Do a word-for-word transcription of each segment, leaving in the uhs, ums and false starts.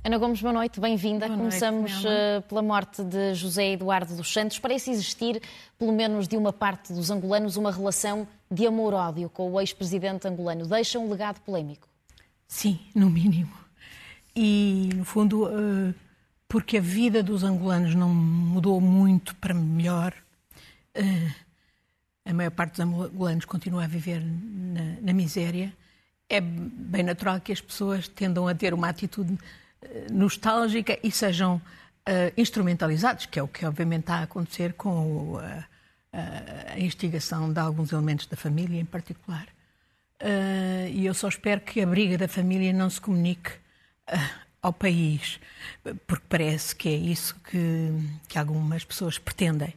Ana Gomes, boa noite, bem-vinda. Boa noite, Começamos uh, pela morte de José Eduardo dos Santos. Parece existir, pelo menos de uma parte dos angolanos, uma relação de amor-ódio com o ex-presidente angolano. Deixa um legado polémico? Sim, no mínimo. E, no fundo, uh, porque a vida dos angolanos não mudou muito para melhor, uh, a maior parte dos angolanos continua a viver na, na miséria, é bem natural que as pessoas tendam a ter uma atitude nostálgica e sejam uh, instrumentalizados, que é o que obviamente está a acontecer com o, a, a instigação de alguns elementos da família em particular. Uh, e eu só espero que a briga da família não se comunique uh, ao país, porque parece que é isso que, que algumas pessoas pretendem.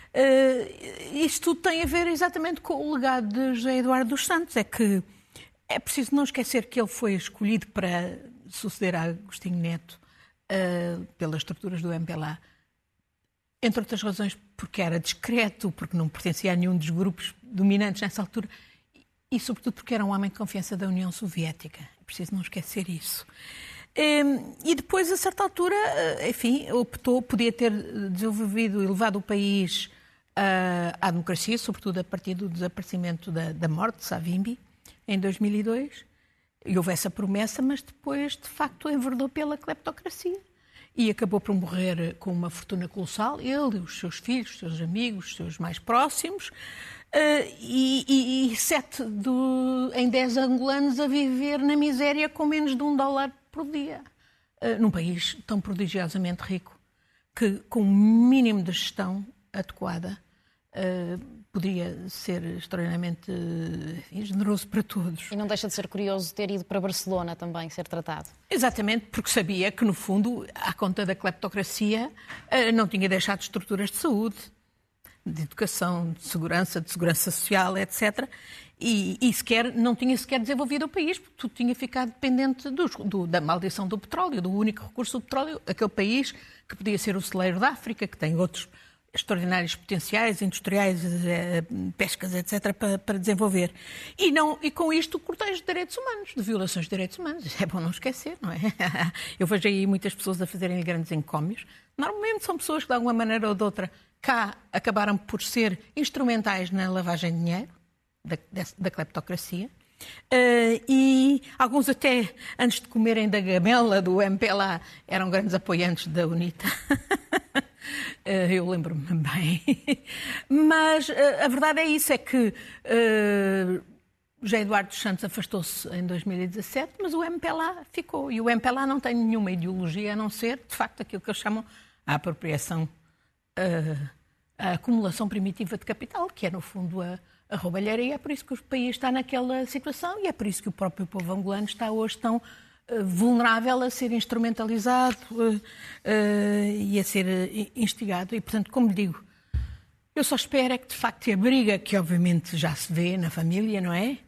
Uh, isto tudo tem a ver exatamente com o legado de José Eduardo dos Santos, é que é preciso não esquecer que ele foi escolhido para suceder a Agostinho Neto uh, pelas estruturas do M P L A, entre outras razões porque era discreto, porque não pertencia a nenhum dos grupos dominantes nessa altura e, e sobretudo porque era um homem de confiança da União Soviética. É preciso não esquecer isso. Um, e depois, a certa altura, enfim, optou, podia ter desenvolvido e levado o país uh, à democracia, sobretudo a partir do desaparecimento da, da morte de Savimbi, em dois mil e dois. E houve essa promessa, mas depois, de facto, enverdou pela cleptocracia. E acabou por morrer com uma fortuna colossal, ele, os seus filhos, os seus amigos, os seus mais próximos, uh, e, e, e sete do, em dez angolanos a viver na miséria com menos de um dólar por dia. Uh, num país tão prodigiosamente rico, que com um mínimo de gestão adequada, uh, poderia ser extraordinariamente uh, generoso para todos. E não deixa de ser curioso ter ido para Barcelona também ser tratado. Exatamente, porque sabia que, no fundo, à conta da cleptocracia, uh, não tinha deixado estruturas de saúde, de educação, de segurança, de segurança social, etcétera. E, e sequer, não tinha sequer desenvolvido o país, porque tudo tinha ficado dependente dos, do, da maldição do petróleo, do único recurso do petróleo, aquele país que podia ser o celeiro da África, que tem outros extraordinários potenciais industriais, pescas, etcétera, para, para desenvolver. E, não, e com isto, cortejos de direitos humanos, de violações de direitos humanos. É bom não esquecer, não é? Eu vejo aí muitas pessoas a fazerem grandes encómios. Normalmente são pessoas que, de alguma maneira ou de outra, cá acabaram por ser instrumentais na lavagem de dinheiro, da, da cleptocracia. Uh, e alguns até, antes de comerem da gamela do M P L A, eram grandes apoiantes da UNITA. Eu lembro-me bem. Mas a verdade é isso, é que uh, José Eduardo dos Santos afastou-se em dois mil e dezassete, mas o M P L A ficou. E o M P L A não tem nenhuma ideologia a não ser, de facto, aquilo que eles chamam a apropriação, uh, a acumulação primitiva de capital, que é, no fundo, a, a roubalheira. E é por isso que o país está naquela situação e é por isso que o próprio povo angolano está hoje tão vulnerável a ser instrumentalizado uh, uh, e a ser uh, instigado. E, portanto, como digo, eu só espero é que, de facto, a briga, que obviamente já se vê na família, não é?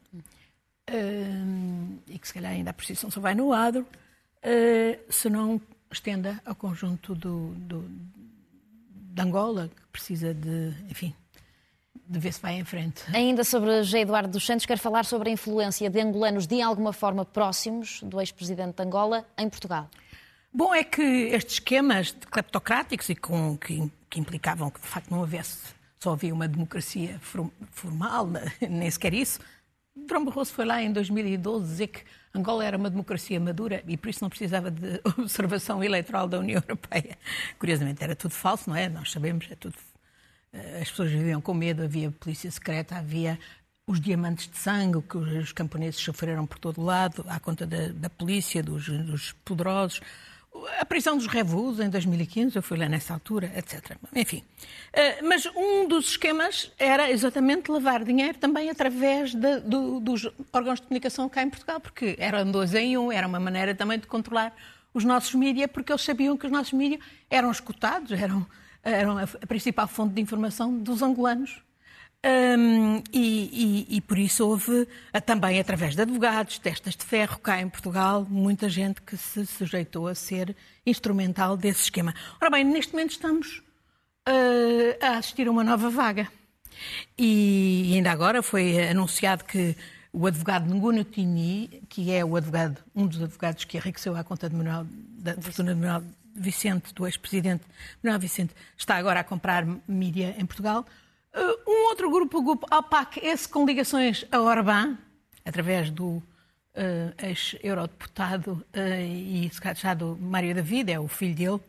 Uh, e que, se calhar, ainda a precisão só vai no adro, uh, se não estenda ao conjunto do, do, de Angola, que precisa de, enfim, de ver se vai em frente. Ainda sobre José Eduardo dos Santos, quero falar sobre a influência de angolanos de alguma forma próximos do ex-presidente de Angola em Portugal. Bom, é que estes esquemas cleptocráticos e com, que, que implicavam que de facto não houvesse, só havia uma democracia formal, nem sequer isso. Durão Barroso foi lá em dois mil e doze dizer que Angola era uma democracia madura e por isso não precisava de observação eleitoral da União Europeia. Curiosamente era tudo falso, não é? Nós sabemos, é tudo. As pessoas viviam com medo, havia polícia secreta, havia os diamantes de sangue que os camponeses sofreram por todo lado, à conta da, da polícia, dos, dos poderosos. A prisão dos revus em dois mil e quinze, eu fui lá nessa altura, etcétera. Enfim, mas um dos esquemas era exatamente lavar dinheiro também através de, do, dos órgãos de comunicação cá em Portugal, porque eram dois em um, era uma maneira também de controlar os nossos mídias, porque eles sabiam que os nossos mídias eram escutados, eram... eram a principal fonte de informação dos angolanos. Um, e, e, e por isso houve também, através de advogados, testas de ferro cá em Portugal, muita gente que se sujeitou a ser instrumental desse esquema. Ora bem, neste momento estamos uh, a assistir a uma nova vaga. E ainda agora foi anunciado que o advogado Nguno Tini, que é o advogado, um dos advogados que enriqueceu a conta de Manuel, da fortuna de Manuel Vicente, do ex-presidente Manuel Vicente, está agora a comprar mídia em Portugal. Um outro grupo, o grupo ALPAC, esse com ligações a Orbán, através do uh, ex-eurodeputado uh, e secretário Mário David, é o filho dele,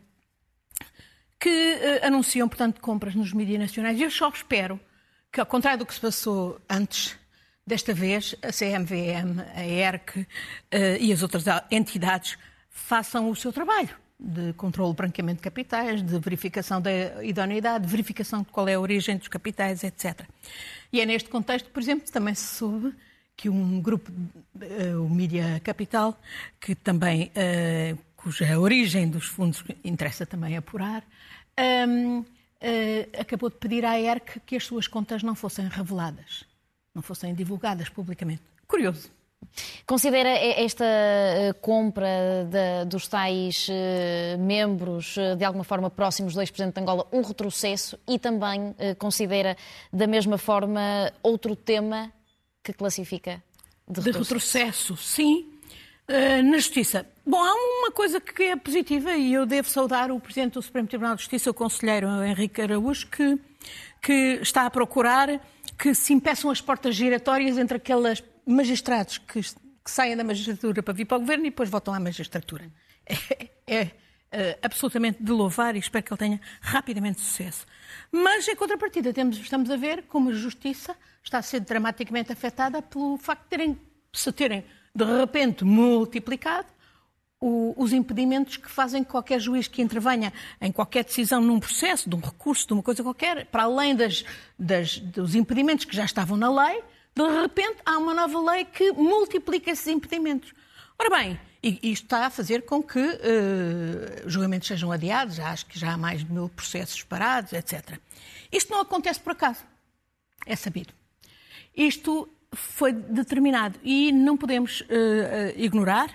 que uh, anunciam, portanto, compras nos mídias nacionais. E eu só espero que, ao contrário do que se passou antes, desta vez, a C M V M, a E R C uh, e as outras entidades façam o seu trabalho de controle de branqueamento de capitais, de verificação da idoneidade, de verificação de qual é a origem dos capitais, etcétera. E é neste contexto, por exemplo, também se soube que um grupo, uh, o Mídia Capital, que também, uh, cuja origem dos fundos interessa também apurar, um, uh, acabou de pedir à E R C que as suas contas não fossem reveladas, não fossem divulgadas publicamente. Curioso. Considera esta compra de, dos tais membros, de alguma forma próximos do ex-presidente de Angola, um retrocesso e também considera, da mesma forma, outro tema que classifica de retrocesso? De retrocesso, sim. Uh, na Justiça. Bom, há uma coisa que é positiva e eu devo saudar o Presidente do Supremo Tribunal de Justiça, o Conselheiro Henrique Araújo, que, que está a procurar que se impeçam as portas giratórias entre aqueles magistrados que, que saem da magistratura para vir para o governo e depois voltam à magistratura. É, é, é absolutamente de louvar e espero que ele tenha rapidamente sucesso. Mas, em contrapartida, temos, estamos a ver como a Justiça está a ser dramaticamente afetada pelo facto de terem, se terem, de repente, multiplicado o, os impedimentos que fazem que qualquer juiz que intervenha em qualquer decisão num processo, de um recurso, de uma coisa qualquer, para além das, das, dos impedimentos que já estavam na lei, de repente há uma nova lei que multiplica esses impedimentos. Ora bem, isto está a fazer com que uh, julgamentos sejam adiados, já acho que já há mais de mil processos parados, etcétera. Isto não acontece por acaso, é sabido. Isto foi determinado e não podemos uh, uh, ignorar.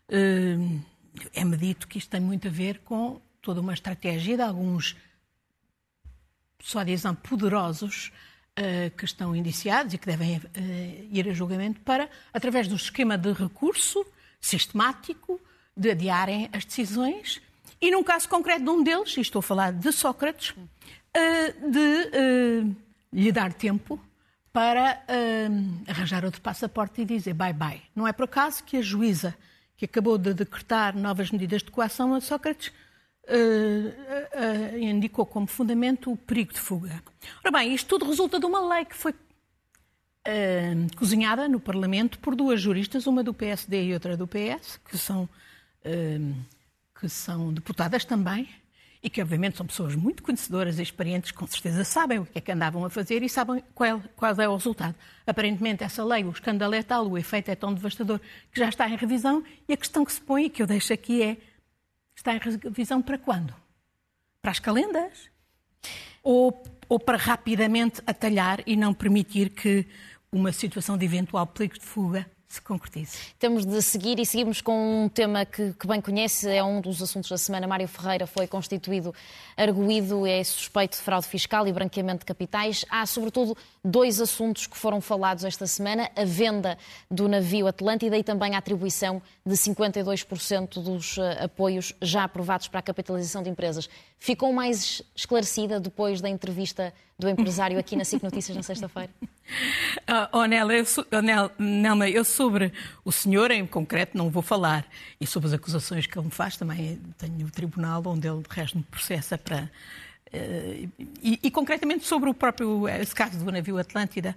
Uh, é-me dito que isto tem muito a ver com toda uma estratégia de alguns, só dizem, poderosos uh, que estão indiciados e que devem uh, ir a julgamento para, através do esquema de recurso sistemático, de adiarem as decisões e, num caso concreto de um deles, e estou a falar de Sócrates, uh, de uh, lhe dar tempo para uh, arranjar outro passaporte e dizer bye-bye. Não é por acaso que a juíza que acabou de decretar novas medidas de coação a Sócrates uh, uh, uh, indicou como fundamento o perigo de fuga. Ora bem, isto tudo resulta de uma lei que foi uh, cozinhada no Parlamento por duas juristas, uma do P S D e outra do P S, que são, uh, que são deputadas também, e que obviamente são pessoas muito conhecedoras e experientes, com certeza sabem o que é que andavam a fazer e sabem qual, qual é o resultado. Aparentemente essa lei, o escândalo é tal, o efeito é tão devastador que já está em revisão e a questão que se põe e que eu deixo aqui é, está em revisão para quando? Para as calendas? Ou, ou para rapidamente atalhar e não permitir que uma situação de eventual perigo de fuga se concretize? Temos de seguir e seguimos com um tema que, que bem conhece, é um dos assuntos da semana. Mário Ferreira foi constituído arguido, é suspeito de fraude fiscal e branqueamento de capitais. Há, sobretudo, dois assuntos que foram falados esta semana: a venda do navio Atlântida e também a atribuição de cinquenta e dois por cento dos uh, apoios já aprovados para a capitalização de empresas. Ficou mais esclarecida depois da entrevista do empresário aqui na S I C Notícias na sexta-feira? Oh, Nelma, eu, so, oh, Nelma, eu sobre o senhor em concreto não vou falar. E sobre as acusações que ele me faz também tenho o tribunal onde ele de resto me processa para... Uh, e, e concretamente sobre o próprio esse caso do navio Atlântida,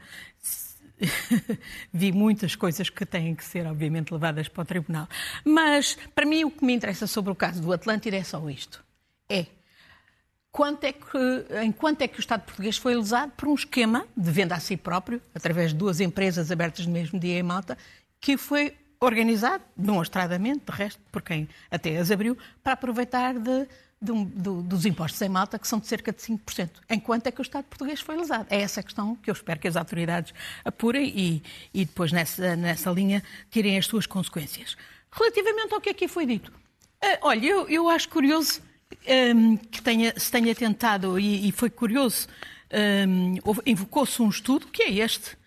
vi muitas coisas que têm que ser obviamente levadas para o tribunal. Mas para mim o que me interessa sobre o caso do Atlântida é só isto. É... Quanto é que, em quanto é que o Estado português foi lesado por um esquema de venda a si próprio, através de duas empresas abertas no mesmo dia em Malta, que foi organizado, demonstradamente, de resto, por quem até as abriu, para aproveitar de, de, de, dos impostos em Malta, que são de cerca de cinco por cento. Em quanto é que o Estado português foi lesado? É essa a questão que eu espero que as autoridades apurem e, e depois, nessa, nessa linha, tirem as suas consequências. Relativamente ao que aqui foi dito, uh, olha, eu, eu acho curioso... Um, que tenha, se tenha tentado, e, e foi curioso, um, invocou-se um estudo, que é este,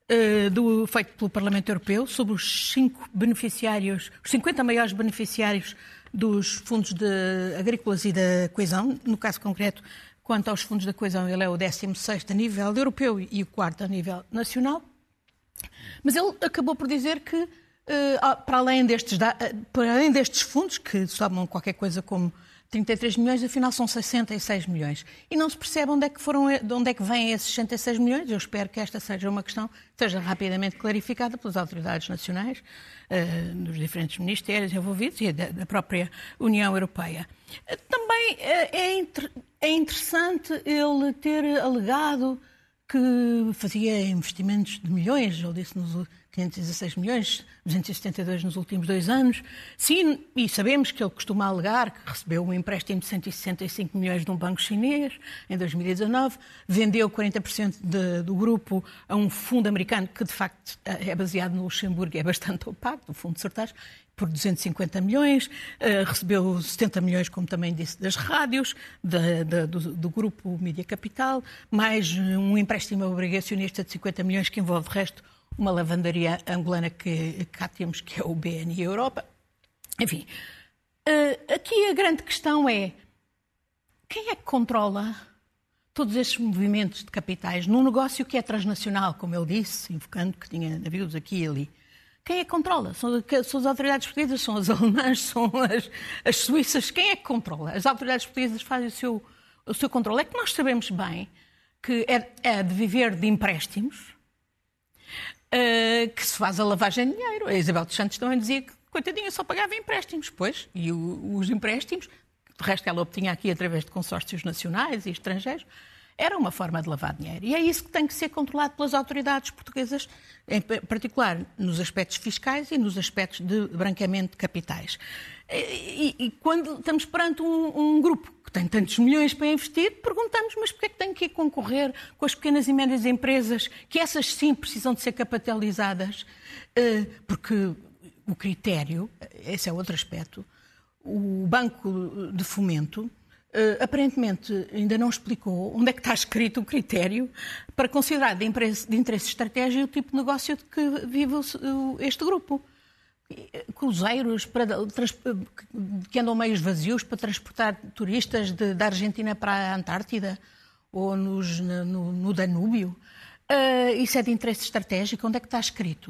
uh, do, feito pelo Parlamento Europeu sobre os cinco beneficiários, os cinquenta maiores beneficiários dos fundos de agrícolas e da coesão. No caso concreto, quanto aos fundos da coesão, ele é o décimo sexto a nível europeu e o quarto a nível nacional. Mas ele acabou por dizer que, uh, para, além destes, para além destes fundos, que somam qualquer coisa como trinta e três milhões, afinal são sessenta e seis milhões. E não se percebe onde é que, foram, de onde é que vêm esses sessenta e seis milhões. Eu espero que esta seja uma questão que seja rapidamente clarificada pelas autoridades nacionais, uh, dos diferentes ministérios envolvidos e da, da própria União Europeia. Uh, também uh, é, inter, é interessante ele ter alegado que fazia investimentos de milhões, ele disse nos quinhentos e dezasseis milhões, duzentos e setenta e dois nos últimos dois anos. Sim, e sabemos que ele costuma alegar que recebeu um empréstimo de cento e sessenta e cinco milhões de um banco chinês em dois mil e dezanove, vendeu quarenta por cento de, do grupo a um fundo americano que, de facto, é baseado no Luxemburgo e é bastante opaco, o Fundo de Sortais, por duzentos e cinquenta milhões, uh, recebeu setenta milhões, como também disse, das rádios, da, da, do, do grupo Mídia Capital, mais um empréstimo obrigacionista de cinquenta milhões que envolve, de resto, uma lavandaria angolana que cá temos, que é o B N I Europa. Enfim, uh, aqui a grande questão é quem é que controla todos estes movimentos de capitais num negócio que é transnacional, como ele disse, invocando que tinha navios aqui e ali. Quem é que controla? São, são as autoridades portuguesas, são as alemãs, são as, as suíças. Quem é que controla? As autoridades portuguesas fazem o seu, o seu controle. É que nós sabemos bem que é, é de viver de empréstimos uh, que se faz a lavagem de dinheiro. A Isabel dos Santos também dizia que, coitadinha, só pagava empréstimos. Pois, e o, os empréstimos, de resto ela obtinha aqui através de consórcios nacionais e estrangeiros, era uma forma de lavar dinheiro. E é isso que tem que ser controlado pelas autoridades portuguesas, em particular nos aspectos fiscais e nos aspectos de branqueamento de capitais. E, e, e quando estamos perante um, um grupo que tem tantos milhões para investir, perguntamos, mas porquê é que tem que ir concorrer com as pequenas e médias empresas, que essas sim precisam de ser capitalizadas? Porque o critério, esse é outro aspecto, o Banco de Fomento, Uh, aparentemente ainda não explicou onde é que está escrito o critério para considerar de, interesse, de interesse estratégico o tipo de negócio de que vive o, o, este grupo. Cruzeiros para, trans, que andam meios vazios para transportar turistas de, da Argentina para a Antártida ou nos, no, no Danúbio. Uh, isso é de interesse estratégico. Onde é que está escrito?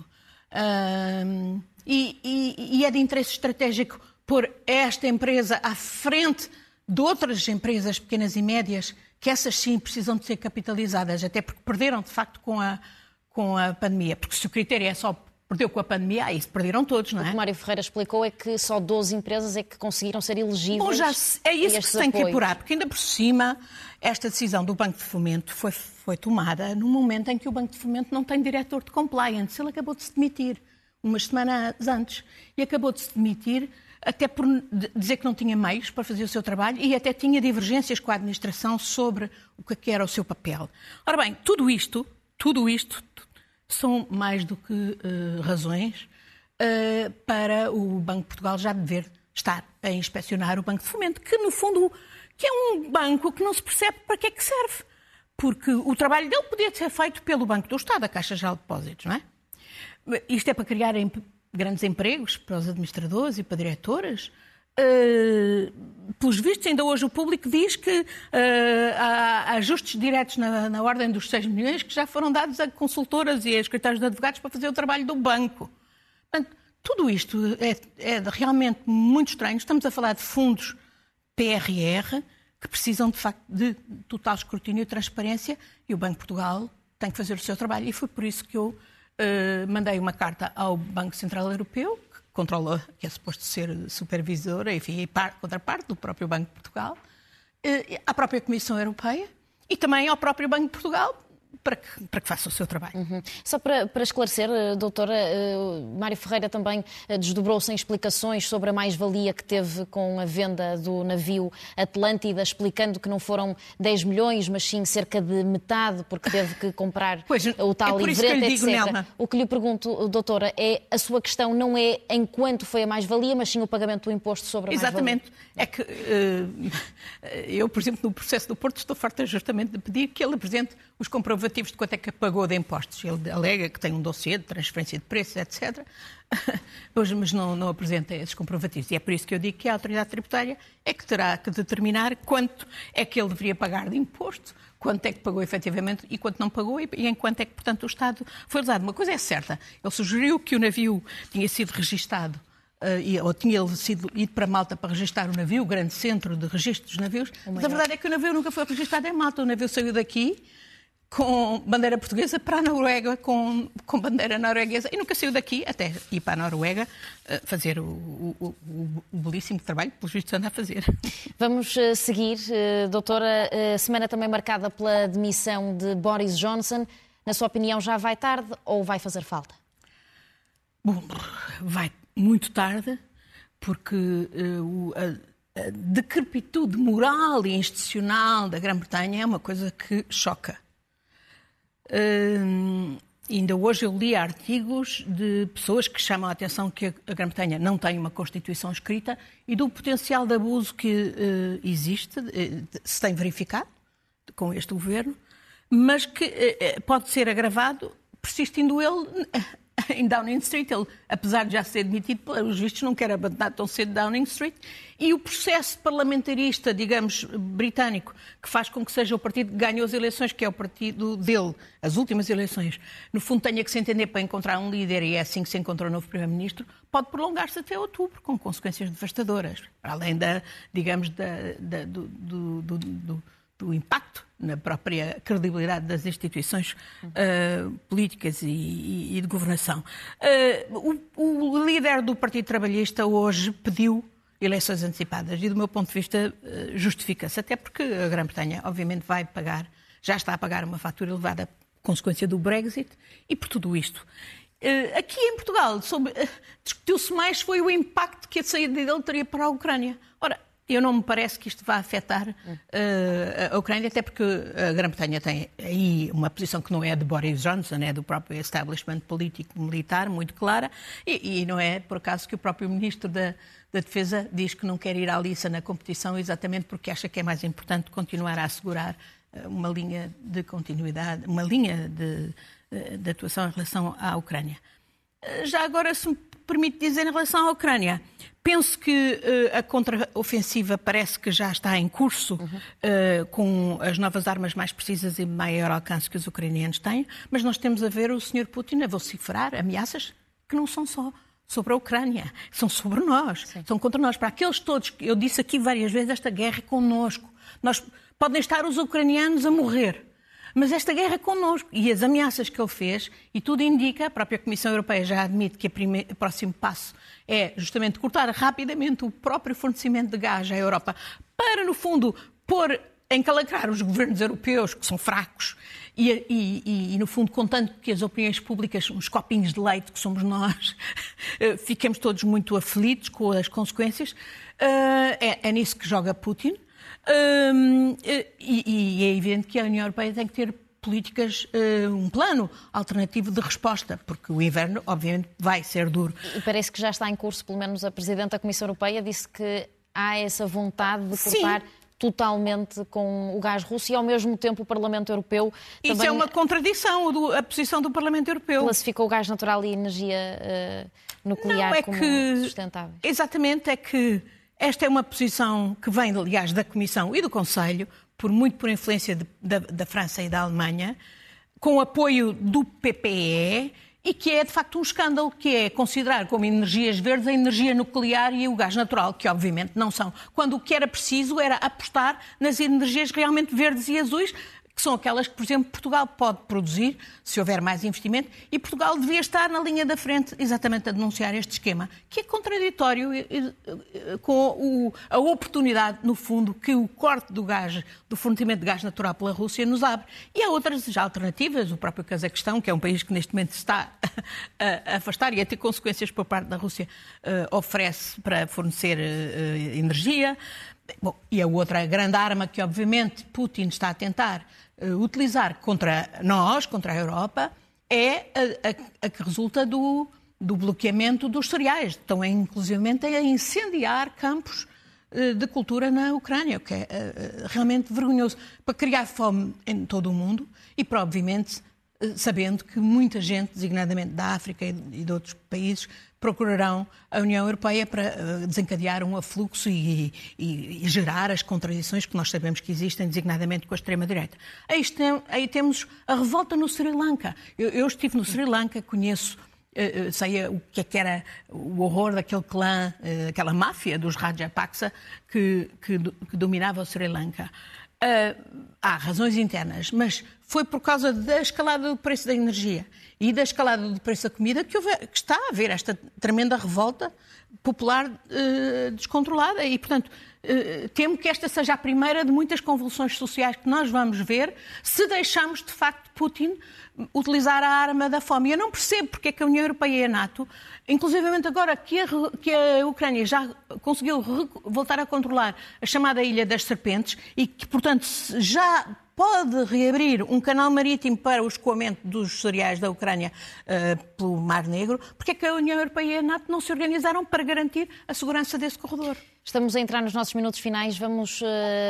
Uh, e, e, e é de interesse estratégico pôr esta empresa à frente de outras empresas pequenas e médias, que essas sim precisam de ser capitalizadas, até porque perderam, de facto, com a, com a pandemia. Porque se o critério é só perdeu com a pandemia, aí se perderam todos, não é? O que Mário Ferreira explicou é que só doze empresas é que conseguiram ser elegíveis. Bom, já é isso que se tem que apurar, porque ainda por cima, esta decisão do Banco de Fomento foi, foi tomada no momento em que o Banco de Fomento não tem diretor de compliance. Ele acabou de se demitir, umas semanas antes, e acabou de se demitir até por dizer que não tinha meios para fazer o seu trabalho e até tinha divergências com a administração sobre o que era o seu papel. Ora bem, tudo isto, tudo isto são mais do que uh, razões uh, para o Banco de Portugal já dever estar a inspecionar o Banco de Fomento, que no fundo que é um banco que não se percebe para que é que serve, porque o trabalho dele podia ser feito pelo Banco do Estado, a Caixa Geral de Depósitos, não é? Isto é para criar grandes empregos para os administradores e para diretoras. Uh, pelos vistos, ainda hoje o público diz que uh, há ajustes diretos na, na ordem dos seis milhões que já foram dados a consultoras e a escritórios de advogados para fazer o trabalho do banco. Portanto, tudo isto é, é realmente muito estranho. Estamos a falar de fundos P R R que precisam, de facto, de total escrutínio e transparência, e o Banco de Portugal tem que fazer o seu trabalho. E foi por isso que eu uh, mandei uma carta ao Banco Central Europeu, controla, que é suposto ser supervisora, enfim, e contraparte do próprio Banco de Portugal, à própria Comissão Europeia e também ao próprio Banco de Portugal, para que, para que faça o seu trabalho. Uhum. Só para, para esclarecer, doutora, uh, Mário Ferreira também uh, desdobrou-se em explicações sobre a mais-valia que teve com a venda do navio Atlântida, explicando que não foram dez milhões, mas sim cerca de metade, porque teve que comprar pois, o tal é livrete, que digo, etcétera. Nelma. O que lhe pergunto, doutora, é a sua questão não é em quanto foi a mais-valia, mas sim o pagamento do imposto sobre a Exatamente. mais-valia. É que uh, eu, por exemplo, no processo do Porto, estou farta justamente de pedir que ele apresente os comprovativos comprovativos de quanto é que pagou de impostos. Ele alega que tem um dossiê de transferência de preços, etcétera. Mas não, não apresenta esses comprovativos. E é por isso que eu digo que a autoridade tributária é que terá que determinar quanto é que ele deveria pagar de imposto, quanto é que pagou efetivamente e quanto não pagou e em quanto é que, portanto, o Estado foi usado. Uma coisa é certa, ele sugeriu que o navio tinha sido registado, uh, ou tinha sido ido para Malta para registrar o navio, o grande centro de registro dos navios, mas a verdade é que o navio nunca foi registado em Malta. O navio saiu daqui com bandeira portuguesa para a Noruega, com, com bandeira norueguesa, e nunca saiu daqui até ir para a Noruega uh, fazer o, o, o, o belíssimo trabalho que, pelos vistos, anda a fazer. Vamos uh, seguir, uh, doutora, uh, semana também marcada pela demissão de Boris Johnson. Na sua opinião, já vai tarde ou vai fazer falta? Bom, vai muito tarde, porque uh, a, a decrepitude moral e institucional da Grã-Bretanha é uma coisa que choca. Uh, ainda hoje eu li artigos de pessoas que chamam a atenção que a Grã-Bretanha não tem uma Constituição escrita e do potencial de abuso que uh, existe, uh, se tem verificado com este governo, mas que uh, pode ser agravado persistindo ele uh, em Downing Street. Ele, apesar de já ser demitido, pelos vistos não quer abandonar tão cedo Downing Street. E o processo parlamentarista, digamos, britânico, que faz com que seja o partido que ganhou as eleições, que é o partido dele, as últimas eleições, no fundo tenha que se entender para encontrar um líder, e é assim que se encontra o novo primeiro-ministro, pode prolongar-se até outubro, com consequências devastadoras, para além da, digamos, da, da, do, do, do, do, do impacto na própria credibilidade das instituições uh, políticas e, e, e de governação. Uh, o, o líder do Partido Trabalhista hoje pediu eleições antecipadas e, do meu ponto de vista, uh, justifica-se, até porque a Grã-Bretanha, obviamente, vai pagar, já está a pagar uma fatura elevada consequência do Brexit e por tudo isto. Uh, aqui em Portugal, sobre, uh, discutiu-se mais foi o impacto que a saída dele teria para a Ucrânia. Ora, eu não me parece que isto vá afetar uh, a Ucrânia, até porque a Grã-Bretanha tem aí uma posição que não é de Boris Johnson, é do próprio establishment político-militar, muito clara, e, e não é por acaso que o próprio Ministro da, da Defesa diz que não quer ir à liça na competição exatamente porque acha que é mais importante continuar a assegurar uma linha de continuidade, uma linha de, de atuação em relação à Ucrânia. Já agora, se me permite dizer em relação à Ucrânia, penso que uh, a contraofensiva parece que já está em curso, uhum. uh, com as novas armas mais precisas e maior alcance que os ucranianos têm, mas nós temos a ver o senhor Putin a vociferar ameaças que não são só sobre a Ucrânia, são sobre nós, Sim. são contra nós. Para aqueles todos, eu disse aqui várias vezes, esta guerra é connosco. Nós, podem estar os ucranianos a morrer, mas esta guerra é connosco. E as ameaças que ele fez, e tudo indica, a própria Comissão Europeia já admite que o próximo passo é justamente cortar rapidamente o próprio fornecimento de gás à Europa para, no fundo, pôr, encalacrar os governos europeus, que são fracos, e, e, e, e no fundo, contando que as opiniões públicas, uns copinhos de leite que somos nós, fiquemos todos muito aflitos com as consequências. É, é nisso que joga Putin. Um, e, e é evidente que a União Europeia tem que ter políticas, uh, um plano alternativo de resposta, porque o inverno, obviamente, vai ser duro. E parece que já está em curso, pelo menos a Presidente da Comissão Europeia disse que há essa vontade de cortar Sim. totalmente com o gás russo e, ao mesmo tempo, o Parlamento Europeu Isso também... é uma contradição, a posição do Parlamento Europeu. Classificou o gás natural e energia uh, nuclear Não, é como que, sustentáveis. Exatamente, é que esta é uma posição que vem, aliás, da Comissão e do Conselho, por muito por influência de, da, da França e da Alemanha, com o apoio do P P E, e que é, de facto, um escândalo, que é considerar como energias verdes a energia nuclear e o gás natural, que obviamente não são. Quando o que era preciso era apostar nas energias realmente verdes e azuis, que são aquelas que, por exemplo, Portugal pode produzir, se houver mais investimento, e Portugal devia estar na linha da frente exatamente a denunciar este esquema, que é contraditório com o, a oportunidade, no fundo, que o corte do gás, do fornecimento de gás natural pela Rússia nos abre. E há outras já alternativas, o próprio Cazaquistão, que é um país que neste momento se está a afastar e a ter consequências por parte da Rússia, oferece para fornecer energia. Bom, e a outra grande arma que, obviamente, Putin está a tentar uh, utilizar contra nós, contra a Europa, é a, a, a que resulta do, do bloqueamento dos cereais. Estão, inclusivamente, a incendiar campos de cultura na Ucrânia, o que é realmente vergonhoso, para criar fome em todo o mundo e, para, obviamente, sabendo que muita gente, designadamente da África e de outros países, procurarão a União Europeia para desencadear um afluxo e, e, e gerar as contradições que nós sabemos que existem, designadamente com a extrema-direita. Aí, aí temos a revolta no Sri Lanka. Eu, eu estive no Sri Lanka, conheço, uh, sei o que é que era o horror daquele clã, uh, aquela máfia dos Rajapaksa que, que, que dominava o Sri Lanka. Uh, há razões internas, mas foi por causa da escalada do preço da energia e da escalada do preço da comida que, houve, que está a haver esta tremenda revolta popular uh, descontrolada e, portanto, uh, temo que esta seja a primeira de muitas convulsões sociais que nós vamos ver se deixarmos, de facto, Putin utilizar a arma da fome. Eu não percebo porque é que a União Europeia e a NATO, inclusivamente agora que a, que a Ucrânia já conseguiu voltar a controlar a chamada Ilha das Serpentes e que, portanto, já pode reabrir um canal marítimo para o escoamento dos cereais da Ucrânia uh, pelo Mar Negro, porque é que a União Europeia e a NATO não se organizaram para garantir a segurança desse corredor? Estamos a entrar nos nossos minutos finais. Vamos uh,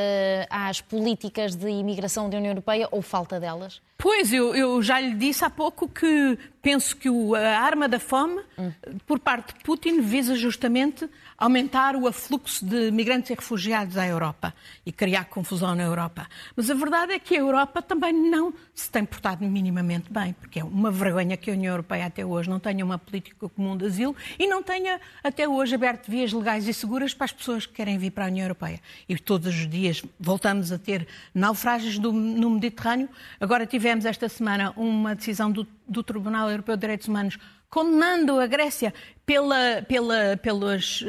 às políticas de imigração da União Europeia ou falta delas? Pois, eu, eu já lhe disse há pouco que penso que o, a arma da fome, hum. por parte de Putin, visa justamente aumentar o afluxo de migrantes e refugiados à Europa e criar confusão na Europa. Mas a verdade é que a Europa também não se tem portado minimamente bem, porque é uma vergonha que a União Europeia até hoje não tenha uma política comum de asilo e não tenha até hoje aberto vias legais e seguras para as pessoas que querem vir para a União Europeia. E todos os dias voltamos a ter naufrágios do, no Mediterrâneo. Agora tivemos esta semana uma decisão do, do Tribunal Europeu de Direitos Humanos condenando a Grécia pela, pela, pelas,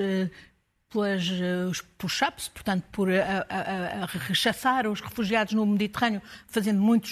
pelas, os push-ups, portanto, por a, a, a rechaçar os refugiados no Mediterrâneo, fazendo muitos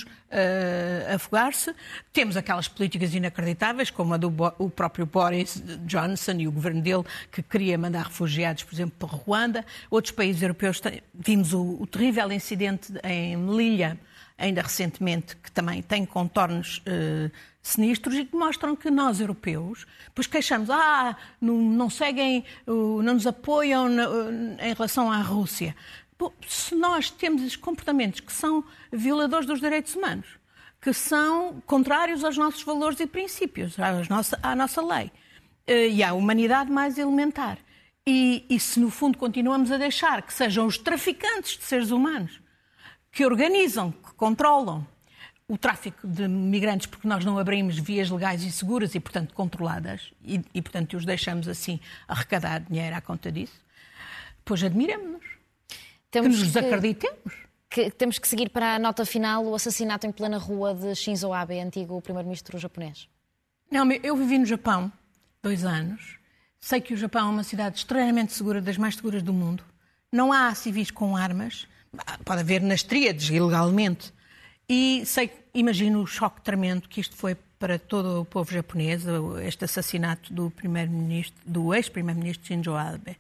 uh, afogar-se. Temos aquelas políticas inacreditáveis, como a do o próprio Boris Johnson e o governo dele, que queria mandar refugiados, por exemplo, para Ruanda. Outros países europeus, vimos o, o terrível incidente em Melilla, ainda recentemente, que também tem contornos uh, sinistros e que mostram que nós, europeus, pois queixamos, ah, não, não seguem, uh, não nos apoiam na, uh, em relação à Rússia. Bom, se nós temos esses comportamentos que são violadores dos direitos humanos, que são contrários aos nossos valores e princípios, à nossa, à nossa lei uh, e à humanidade mais elementar, e, e se no fundo continuamos a deixar que sejam os traficantes de seres humanos que organizam, que controlam o tráfico de migrantes, porque nós não abrimos vias legais e seguras e, portanto, controladas, e, e portanto, os deixamos assim arrecadar dinheiro à conta disso, pois admiramos-nos. Que nos desacreditemos. Que, que temos que seguir para a nota final o assassinato em plena rua de Shinzo Abe, antigo primeiro-ministro japonês. Não, eu vivi no Japão dois anos. Sei que o Japão é uma cidade extremamente segura, das mais seguras do mundo. Não há civis com armas. Pode haver nas tríades, ilegalmente. E sei, imagino o choque tremendo que isto foi para todo o povo japonês, este assassinato do primeiro-ministro, do ex-primeiro-ministro Shinzo Abe.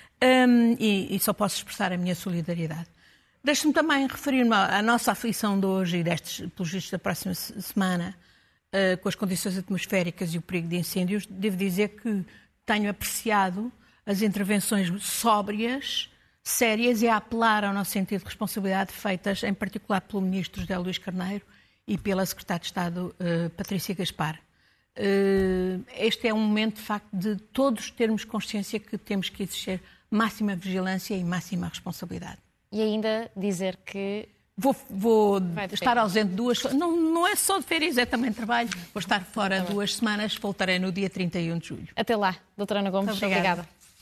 Um, e, e só posso expressar a minha solidariedade. Deixe-me também referir-me à nossa aflição de hoje e destes, pelos vistos da próxima semana, uh, com as condições atmosféricas e o perigo de incêndios. Devo dizer que tenho apreciado as intervenções sóbrias, sérias e a apelar ao nosso sentido de responsabilidade feitas, em particular pelo Ministro José Luís Carneiro e pela Secretária de Estado uh, Patrícia Gaspar. Uh, este é um momento, de facto, de todos termos consciência que temos que exercer máxima vigilância e máxima responsabilidade. E ainda dizer que... Vou, vou estar ausente duas... Não, não é só de férias, é também trabalho. Vou estar fora duas semanas, voltarei no dia trinta e um de julho. Até lá, doutora Ana Gomes. Obrigada. Obrigada.